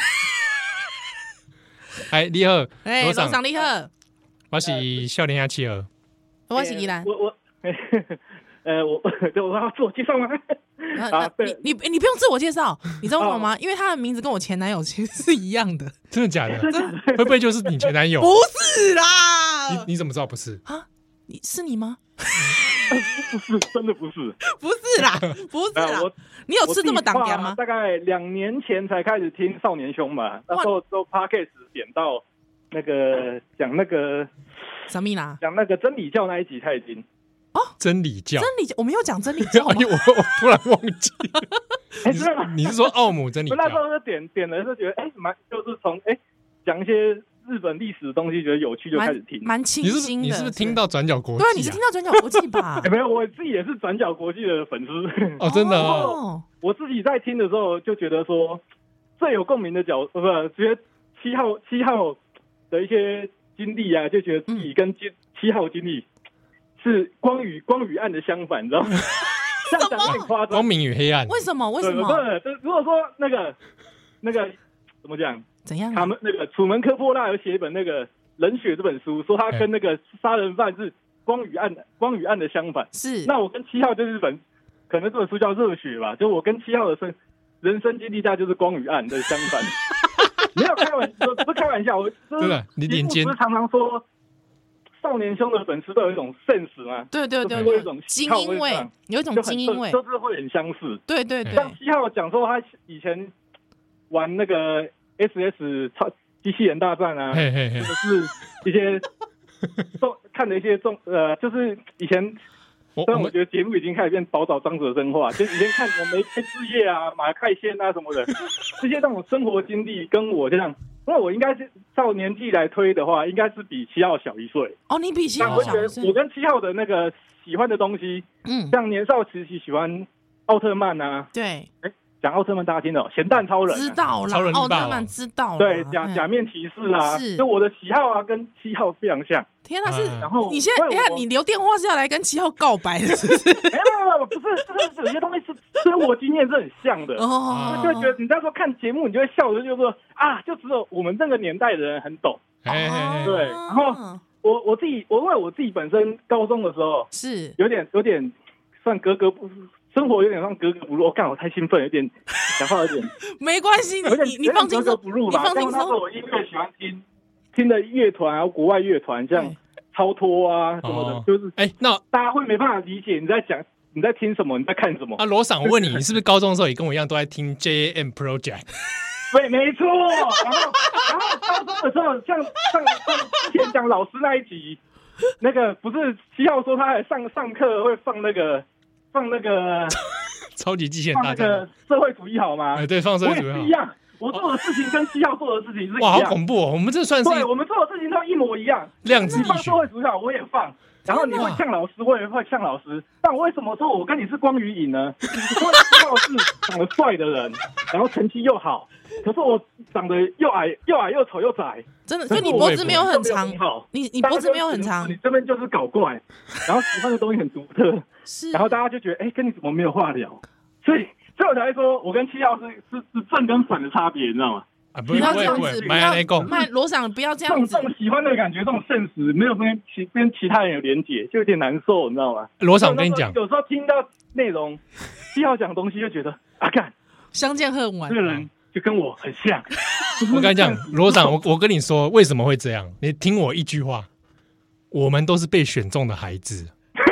哎，你好， 哎，罗长你好， 我是少年阿七儿， 我是宜兰， 我我，呃，我我要自我介绍吗？ 啊，你你你不用自我介绍，你知道为什么吗？因为他的名字跟我前男友其实是一样的。 真的假的？会不会就是你前男友？ 不是啦， 你你怎么知道不是？ 啊，你是你吗？ 不是，真的不是， 不是啦，不是啦。你有吃这么当干吗？ 大概两年前才开始听少年兄嘛，那时候都 podcast 点到那个讲那个什么啦？ 讲那个真理教那一集他已经。 哦， 真理教， 真理教，我们有讲真理教吗？ 我我突然忘记了， 哎， 你是你是说奥姆真理教？ 那时候就点点了，就觉得哎，蛮就是从哎讲一些日本历史的东西，觉得有趣就开始听， 蛮清新的。 你是不是听到转角国际？ 对，你是听到转角国际吧？ 没有，我自己也是转角国际的粉丝。 哦，真的哦。 我自己在听的时候就觉得说，最有共鸣的角，不是觉得七号七号的一些经历啊，就觉得自己跟七号经历。是光与光与暗的相反，你知道吗？这样讲有点夸张。 光明与黑暗。 为什么？为什么？ 对，如果说那个那个怎么讲？ 怎样？ 他们那个楚门科波拉有写一本那个《冷血》这本书，说他跟那个杀人犯是光与暗的光与暗的相反。 是。 那我跟七号就是本，可能这本书叫《热血》吧，就我跟七号的生人生经历下就是光与暗的相反。没有开玩笑，不是开玩笑，我真的，你脸尖。 不是常常说。少年兄的粉丝都有一种 sense 嘛， 对对对， 会有一种精英味，有一种精英味， 都是会很相似。 对对对， 像七号讲说他以前玩那个 S S 超机器人大战啊， 嘿嘿嘿或者是一些重看的一些重呃，就是以前。虽然我觉得节目已经开始变宝岛张哲生化，就以前看什么梅开之夜啊、马开先啊什么的，这些那种生活经历跟我这样，因为我应该是照年纪来推的话，应该是比七号小一岁。 哦，你比七号小一岁。 我跟七号的那个喜欢的东西，嗯，像年少时期喜欢奥特曼啊， 对， 哎。讲奥特曼大家听到咸蛋超人、啊、 知道啦，奥特曼知道啦， 对，假假面骑士啊，是就我的喜好啊，跟七号非常像。 天哪，是， 然后你现在你看你留电话是要来跟七号告白的，是不是？ 没有没有，不是，就是有些东西是生活经验是很像的，哦，就觉得你那时候看节目，你就会笑着就说啊，就只有我们那个年代的人很懂， 哦、 对。然后我我自己，我因为我自己本身高中的时候是有点有点算格格不。生活有点像格格不入，我干我太兴奋，有点讲话有点没关系，你你放轻松， 你放轻松。那时候我音乐喜欢听听的乐团啊，国外乐团像超脱啊什么的，哦、就是哎，那大家会没办法理解你在讲你在听什么，你在看什么。 啊，罗桑，我问你，你是不是高中的时候也跟我一样都在听 J A M Project？ 对，没错。然后然后高中的时候，像上上之前讲老师那一集，那个不是七号说他还上上课会放那个。放那个超级机器人大战， 放那个社会主义好吗？ 哎，对，放社会主义好，我也是一样。我做的事情跟七号做的事情是一样。 哇，好恐怖哦！我们这算是对，我们做的事情都一模一样。 量子力学， 放社会主义好，我也放。然后你会呛老师，我也会呛老师。但我为什么说我跟你是光与影呢？因为七号是长得帅的人，然后成绩又好，可是我长得又矮又矮又丑又窄。 真的，所以你脖子没有很长，你你脖子没有很长， 你这边就是搞怪，然后喜欢的东西很独特， 是， 然后大家就觉得，哎、欸，跟你怎么没有话聊？所以，所以我才说我跟七号是是是正跟反的差别，你知道吗？ 啊，不要这样子，不要卖罗桑，不要这样子。 这种喜欢的感觉，这种现实没有跟其跟其他人有连结，就有点难受，你知道吗？ 罗桑，我跟你讲， 有时候听到内容，七号讲东西就觉得啊，干， 相见恨晚， 这个人就跟我很像。 我跟你讲，罗桑，我我跟你说为什么会这样？你听我一句话，我们都是被选中的孩子。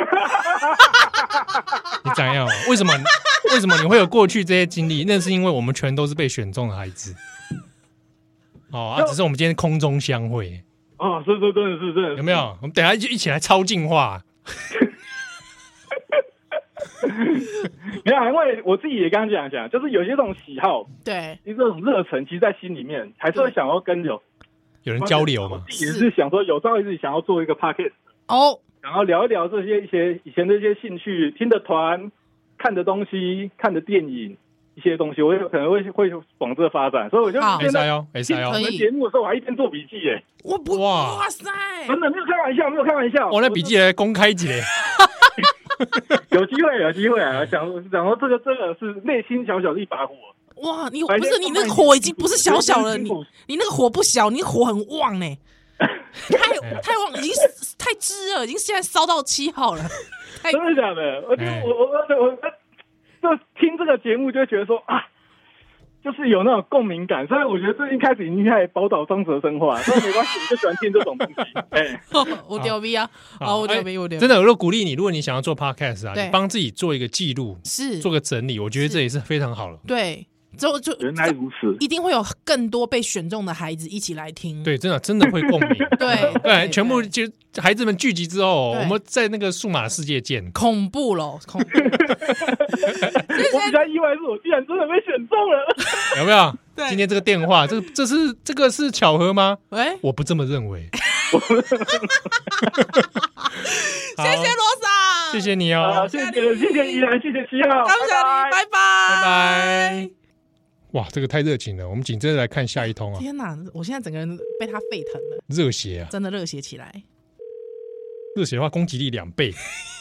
你怎样？为什么？为什么你会有过去这些经历？那是因为我们全都是被选中的孩子。哦啊，只是我们今天空中相会。 哦，是是真的是真的， 有没有？我们等一下就一起来超进化。 没有，因为我自己也刚刚讲讲，就是有些这种喜好， 对， 这种热忱，其实在心里面还是会想要跟有有人交流嘛。 也是想说，有朝一日想要做一个 podcast 哦， 然后聊一聊这些一些以前的一些兴趣、听的团、看的东西、看的电影。一些东西，我有可能会会往这发展，所以我就现在哦，听我们节目的时候，我还一边做笔记耶。 我不哇哇塞， 真的没有开玩笑，没有开玩笑。 我那笔记来公开解， 有机会，有机会啊！想想说这个真的是内心小小的一把火。 哇，你不是你那个火已经不是小小了，你你那个火不小，你火很旺呢，太太旺，已经太支了，已经现在烧到七号了。 真的假的？我我我我。就听这个节目就会觉得说啊，就是有那种共鸣感，所以我觉得最近开始已经开始宝岛张哲生化，所以没关系，我就喜欢听这种东西。哎， 我屌逼啊！好，我屌逼，我屌逼。 真的，我都鼓励你，如果你想要做 podcast 啊，你帮自己做一个记录， 是做个整理，我觉得这也是非常好了。 对。就就原来如此， 一定会有更多被选中的孩子一起来听。 对，真的真的会共鸣。 对对，全部就孩子们聚集之后，我们在那个数码世界见。 恐怖了，恐怖！ 我比较意外是我竟然真的被选中了， 有没有？今天这个电话，这这是这个是巧合吗？ 喂， 我不这么认为。 谢谢罗莎， 谢谢你哦， 谢谢谢谢依然，谢谢七号， 感谢你，拜拜拜拜。哇，这个太热情了！我们紧接着来看下一通啊！ 天哪，我现在整个人被他沸腾了， 热血啊！ 真的热血起来， 热血的话攻击力两倍。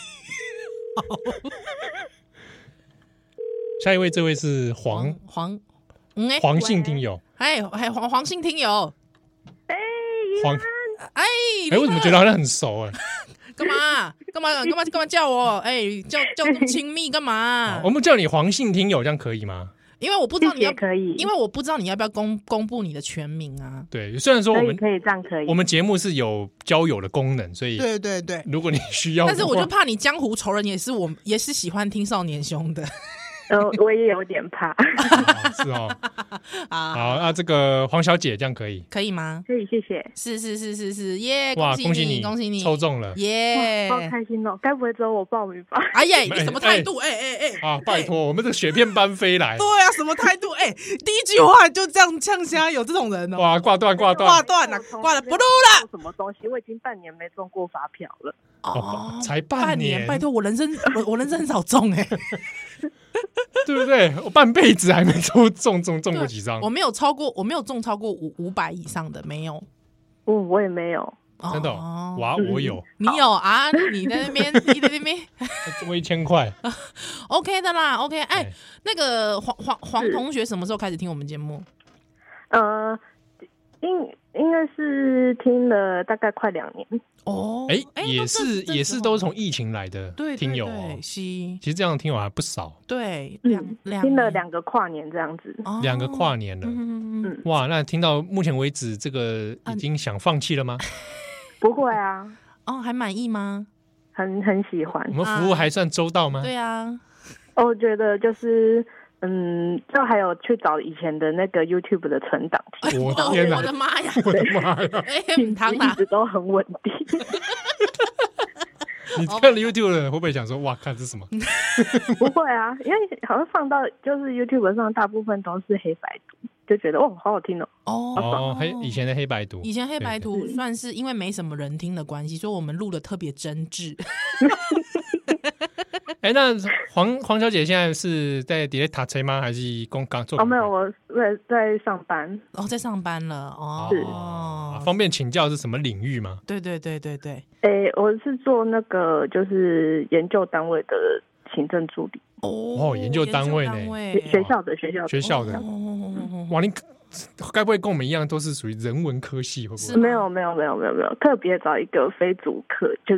下一位，这位是黄黄嗯哎黄姓听友， 哎哎黄黄姓听友， 哎黄哎哎，我怎么觉得好像很熟哎？ 干嘛干嘛干嘛干嘛叫我？哎，叫叫这么亲密干嘛？ 我们叫你黄姓听友，这样可以吗？ 因为我不知道你要可以， 因为我不知道你要不要公公布你的全名啊。 对，虽然说我们可以这样可以， 我们节目是有交友的功能，所以对对对， 如果你需要， 但是我就怕你江湖仇人也是我也是喜欢听少年兄的。 呃，我也有点怕。 是哦，好，那这个黄小姐这样可以， 可以吗？ 可以，谢谢。 是是是是是，耶！ 哇，恭喜你， 恭喜你， 抽中了， 耶！ 好开心哦，该不会只有我报名吧？ 哎呀，你什么态度？哎哎哎！ 啊，拜托，我们这个雪片般飞来。 对啊，什么态度？哎，第一句话就这样呛虾，有这种人哦？ 哇，挂断挂断挂断了，挂了不录了。 什么东西？我已经半年没中过发票了。 哦，才半年， 拜托，我人生我我人生很少中哎。 对不对？我半辈子还没中中中中过几张， 我没有超过，我没有中超过五五百以上的，没有。 嗯，我也没有， 真的。哦、哇，我有， 你有啊？你在那边，你在那边， 中一千块 ，OK 的啦 ，OK。哎，那个黄黄黄同学什么时候开始听我们节目？ 呃，应应该是听了大概快两年。 哦， 哎，也是也是都是从疫情来的听友哦， 其实这样的听友还不少， 对，两两听了两个跨年这样子， 两个跨年了，嗯，哇，那听到目前为止，这个已经想放弃了吗？ 不会啊， 哦，还满意吗？ 很很喜欢， 我们服务还算周到吗？ 对啊， 我觉得就是。嗯，就还有去找以前的那个 YouTube 的存档听， 我天哪！ 我的妈呀！ 我的妈呀！ 品质一直都很稳定。 你看了 YouTube 的人会不会想说，哇，看这是什么？ 不会啊，因为好像放到就是 YouTube 上，大部分都是黑白读，就觉得哦，好好听哦。 哦，黑以前的黑白读， 以前黑白读算是因为没什么人听的关系，所以我们录的特别真挚。 哎，那黄黄小姐现在是在底下塔车吗？还是公刚做？ 哦，没有，我在在上班。 哦，在上班了。哦， 是哦，方便请教是什么领域吗？ 对对对对对。 哎，我是做那个就是研究单位的行政助理。 哦，研究单位呢？ 学校的学校学校的。哇，你该不会跟我们一样都是属于人文科系？会不会？ 没有没有没有没有没有，特别找一个非主科，就是。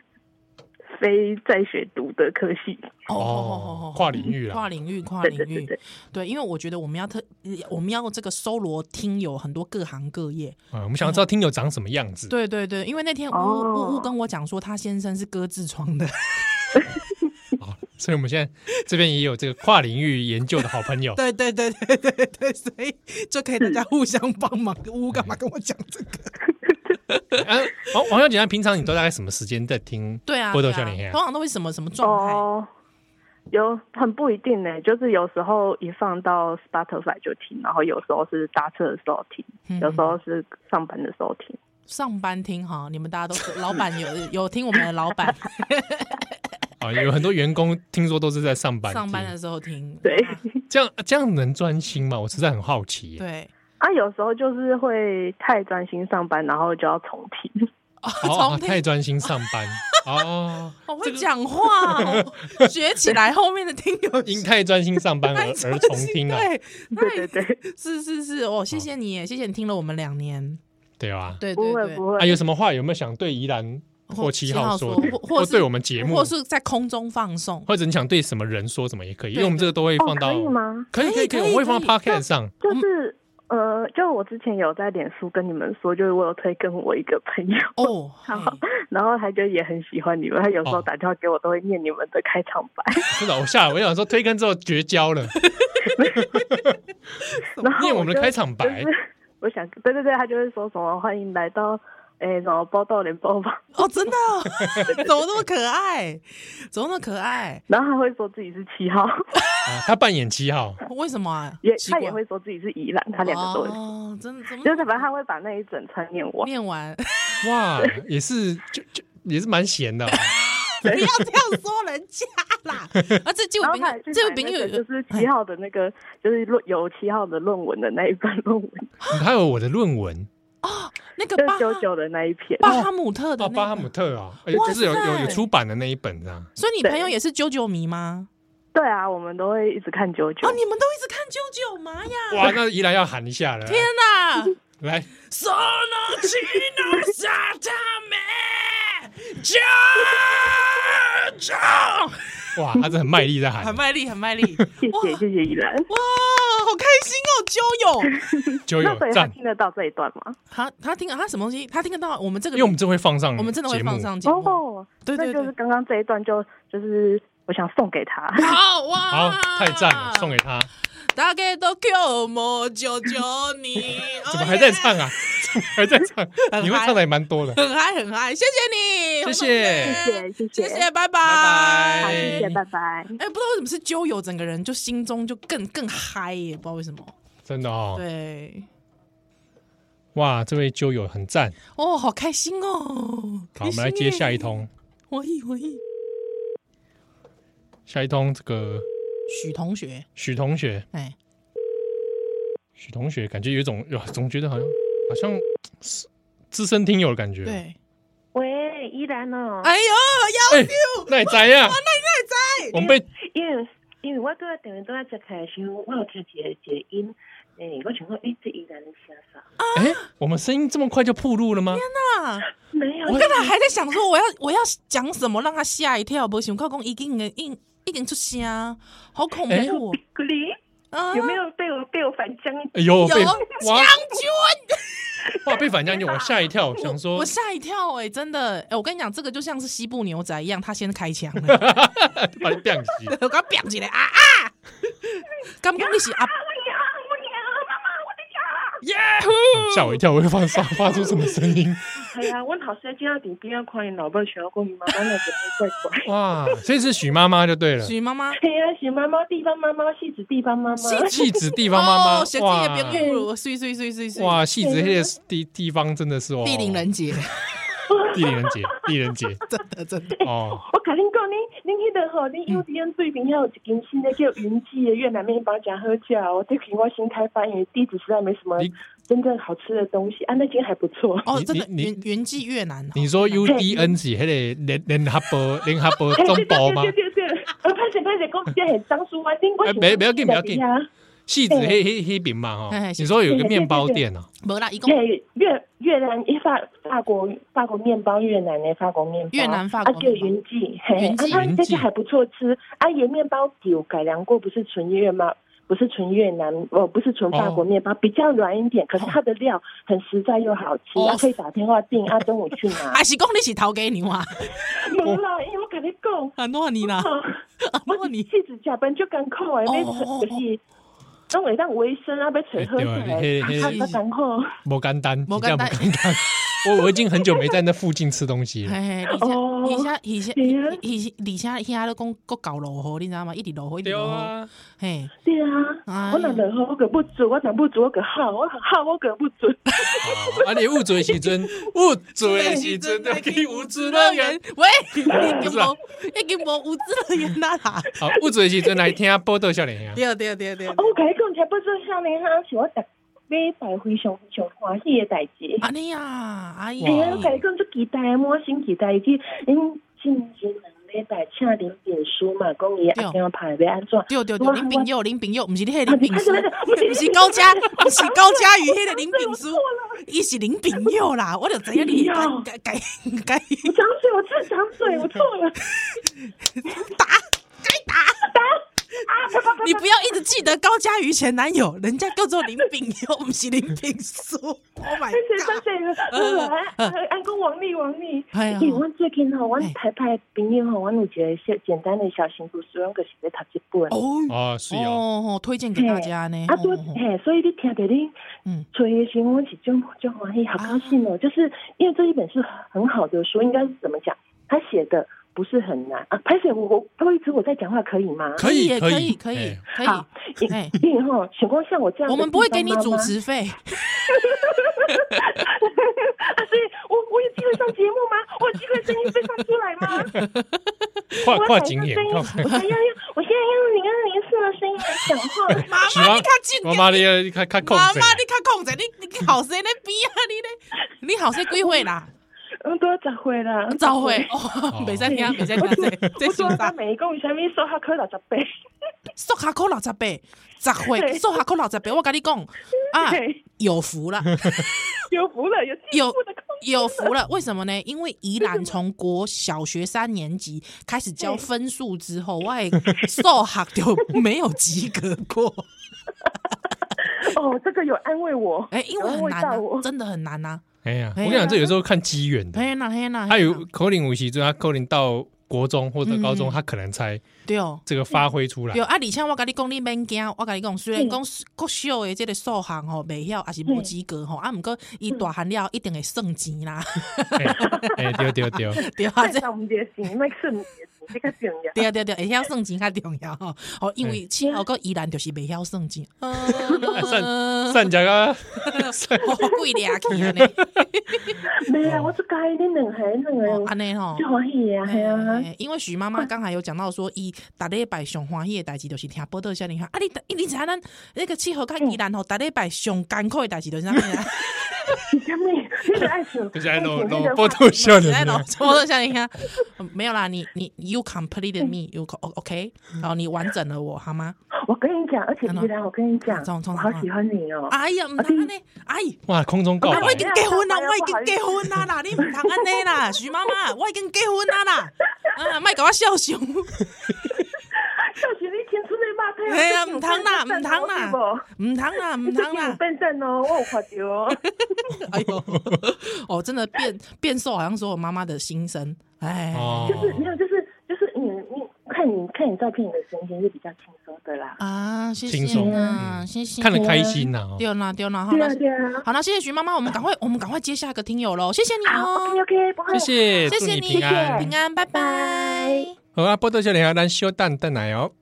非在学读的科系哦，跨领域啊， 跨领域，跨领域， 对对对， 对，因为我觉得我们要特，我们要这个搜罗听友很多各行各业啊，我们想要知道听友长什么样子。 对对对，因为那天呜呜呜跟我讲说，他先生是割痔疮的。 好，所以我们现在这边也有这个跨领域研究的好朋友。 对对对对对对，所以就可以大家互相帮忙。呜干嘛跟我讲这个？ 啊，王王小姐，平常你都大概什么时间在听？ 对啊， 波多笑脸？ 通常都会什么什么状态？ 哦， 有很不一定呢、欸，就是有时候一放到 Spotify 就听，然后有时候是搭车的时候听，嗯、有时候是上班的时候听。 上班听哈，你们大家都是老板有有听我们的老板。 啊，有很多员工听说都是在上班上班的时候听。 对， 这样这样能专心吗？我实在很好奇。 对啊，有时候就是会太专心上班，然后就要重听。 哦，太专心上班哦， 好会讲话哦，学起来后面的听友因太专心上班而而重听啊， 对对对， 是是是哦，谢谢你，谢谢你听了我们两年， 对啊， 对对对， 不会不会啊，有什么话有没有想对宜兰或七号说的， 或对我们节目， 或是在空中放送， 或者你想对什么人说什么也可以，因为我们这个都会放到， 可以吗？ 可以可以可以，我们会放到 Podcast 上， 就是呃，就我之前有在脸书跟你们说，就是我有推跟我一个朋友哦，然后然后他就也很喜欢你们，他有时候打电话给我都会念你们的开场白。 真的，我吓了，我想说推跟之后绝交了，念我们的开场白。 我想，对对对，他就会说什么欢迎来到。哎、欸，什么报道联播吧？ 哦，真的、哦，怎么那么可爱？怎么那么可爱？ 然后他会说自己是七号， 啊、他扮演七号， 为什么啊？ 也他也会说自己是宜兰，他两个都会。 哦，真的， 就是反正他会把那一整串念完。 念完， 哇，也是就就也是蛮闲的、哦。 不要这样说人家啦！啊，这就饼， 这个饼有就是七号的那个，就是论有七号的论文的那一本论文。 还有我的论文。 哦，那个巴九九的那一篇， 巴哈姆特的、那個、 哦，巴哈姆特啊，就是有有有出版的那一本这样。 所以你朋友也是九九迷吗？ 对啊，我们都会一直看九九。 哦，你们都一直看九九吗呀？ 哇，那宜兰要喊一下了。 天哪！ 来， その日の定め九九。 哇，他是很卖力在喊， 很卖力，很卖力。 谢谢谢谢宜兰。 哇，好开心哦，九友， 九友， 那所以他听得到这一段吗？ 他他听他什么东西？他听得到我们这个， 因为我们这会放上， 我们真的会放上节目。 哦， 对对对，那就是刚刚这一段就就是我想送给他。 好哇， 好，太赞了，送给他。 大家都叫我九九你， 怎么还在唱啊？怎么还在唱？你会唱的也蛮多的， 很嗨很嗨，谢谢你， 谢谢谢谢谢谢谢，拜拜， 拜拜， 好，谢谢，拜拜。 哎，不知道为什么是啾友，整个人就心中就更更嗨耶，不知道为什么， 真的哦， 对， 哇，这位啾友很赞哦，好开心哦。 好，我们来接下一通， 我意我意， 下一通这个。 许同学， 许同学，哎，许同学，感觉有一种，有总觉得好像好像资深听友的感觉。 对， 喂，依然哦， 哎呦，要丢， 那你知呀？ 那你知？我们被因为因为我都在等于都在这开始，我有听一个一个音，哎，我想说，哎，这依然的写啥？ 哎，我们声音这么快就暴露了吗？ 天哪， 没有， 我刚才还在想说，我要我要讲什么让他吓一跳，不想靠讲已经已一点出声，好恐怖哦！ 啊、有没有被我被我反将？ 有被将军， 哇，被反将军，我吓一跳，想说我吓一跳哎、欸，真的哎、欸，我跟你讲，这个就像是西部牛仔一样，他先开枪了， 把你扁起， 我刚扁起来啊啊！刚刚你是啊， 耶！吓我一跳，我会发发出什么声音？ 哎呀，我好生今天顶边要看你老爸全要过你妈妈那边怪怪。 哇，所以是许妈妈就对了。 许妈妈， 对呀，许妈妈，地方妈妈，戏子地方妈妈， 戏子地方妈妈， 写自己的编故，碎碎碎碎碎。 哇，戏子那些地地方真的是哦， 地灵人杰， 地灵人杰，地灵人杰， 真的真的哦。我跟你讲，你你迄个吼，你 U D N 对面还有一间新的叫云记的越南面包，真好吃哦。这瓶我新开发，因为地址实在没什么真正好吃的东西啊，那间还不错哦。真的，云云记越南。 你说 U D N 是那个联联合报联合报中报吗？ 对对对对，呃，拍摄拍摄，讲这很张书啊，我没没要紧没要紧。戏子黑黑黑饼嘛哈，你说有个面包店哦， 没啦，一共越越南法法国法国面包，越南的法国面包， 越南法国啊叫云记，云记，啊，这些还不错吃，啊，盐面包有改良过，不是纯越吗？不是纯越南，哦，不是纯法国面包，比较软一点，可是它的料很实在又好吃，啊，可以打电话订，啊，中午去拿。 还是讲你是头家娘啊？ 没啦，因为我跟你讲， 很多你啦， 我你戏子加班就艰苦诶，要就是。拢会当维生啊，要找好菜，他他艰苦， 无简单， 无简单， 我我已经很久没在那附近吃东西了。 嘿，而且而且而且而且而且遐咧讲搁搞落雨，你知道吗？一直落雨，一直落雨。嘿， 对啊，我若落雨我个不准，我若不准我个好，我好我个不准。 啊，你误嘴时阵，误嘴时阵就去五子乐园。 喂，已经无已经无五子乐园啦啦。 好，误嘴时阵来听报道少年兄。 对对对对。 我甲你讲，听报道少年兄是我逐礼拜非常非常欢喜的代志。 安尼啊，哎呀，我甲你讲，足期待，满心期待去，因进前两礼拜请林炳书嘛，讲伊阿囝拍要安怎？ 对对对，林炳佑，林炳佑，毋是你迄个林炳书，毋是高嘉，毋是高嘉瑜迄个林炳书，伊是林炳佑啦，我就知影你改改改。 我张嘴，我真张嘴，我错了。 打，该打打。你不要一直记得高嘉瑜前男友，人家叫做林炳佑，不是林炳书。Oh my god！ 谢谢，安公王丽，王丽。哎，我最近吼，我台派朋友吼，我有一个小简单的小型故事，我就是在读这本。 哦哦，是哦，推荐给大家呢。 啊，对，嘿，所以你听到你嗯，吹的时候，我是就就欢喜，好高兴哦。就是因为这一本是很好的书，应该是怎么讲？他写的。不是很难啊，拍摄我我不好意思，我在讲话可以吗？ 可以，可以，可以，可以。 好，因为哈，情况像我这样， 我们不会给你主持费。 所以我我有机会上节目吗？我有机会声音飞上出来吗？ 跨跨景点， 我现在用，我现在用你跟林氏的声音来讲话。 妈妈，你较近点。妈妈，你你较较控制。 妈妈，你较控制。你你好谁咧比啊？你咧？你好谁几岁啦？ 嗯，都要十岁啦， 十岁哦，袂使听，袂使听这。 我做到美工，啥物数学科六十八， 数学科六十八，十岁数学科六十八，我跟你讲啊，有福了， 有福了，有有有福了。为什么呢？因为宜兰从国小学三年级开始教分数之后，我数学就没有及格过。 哦，这个有安慰我， 哎，因为很难啊，真的很难啊。 哎呀，我跟你讲，这有时候看机缘的。 嘿呐嘿呐， 他有可能有时阵，他可能到国中或者高中，他可能才对哦， 这个发挥出来。 对啊，而且我跟你讲，你免惊，我跟你讲，虽然讲国小的这个数学吼袂晓，还是无及格吼，啊，毋过伊大汉了一定会算钱啦。 哎，对对对， 对啊，这毋对钱，莫算钱。这较重要， 对啊对对，会晓算钱较重要吼。哦，因为七号个宜兰就是袂晓算钱， 算算价个， 好贵俩去安尼。 没啊，我就介恁两下两个安尼吼， 就欢喜啊，系啊。 因为徐妈妈刚才有讲到说，伊逐礼拜上欢喜的代志就是听报道少年兄。啊，你你知影咱那个七号甲宜兰吼，逐礼拜上艰苦的代志就是啥物啊？ 是啥物？你爱想， 就是爱录录报道少年兄， 报道少年兄。没有啦，你你 you completed me, you OK， 然后你完整了我，好吗？ 我跟你讲，而且依然我跟你讲，我好喜欢你哦。 哎呀，唔通安尼，哎， 哇，空中告白， 我已经结婚啦，我已经结婚啦啦，你唔通安尼啦，徐妈妈，我已经结婚啦啦，啊，莫甲我笑熊。 笑熊，你青春的肉体， 哎呀，唔通啦，唔通啦，唔通啦，唔通啦， 变正哦，我有看到哦。 哎呦，哦，真的变变瘦，好像说我妈妈的心声，哎， 就是没有，就是就是你你看你看你照片，你的神情是比较轻松的啦。 啊，谢谢啊，谢谢， 看得开心呐， 对啦对啦，好了好了，谢谢徐妈妈，我们赶快我们赶快接下一个听友喽，谢谢你哦 ，OK OK， 不会， 谢谢， 谢谢你平安平安，拜拜。 好啊，报道少年啊，咱小等等来哦。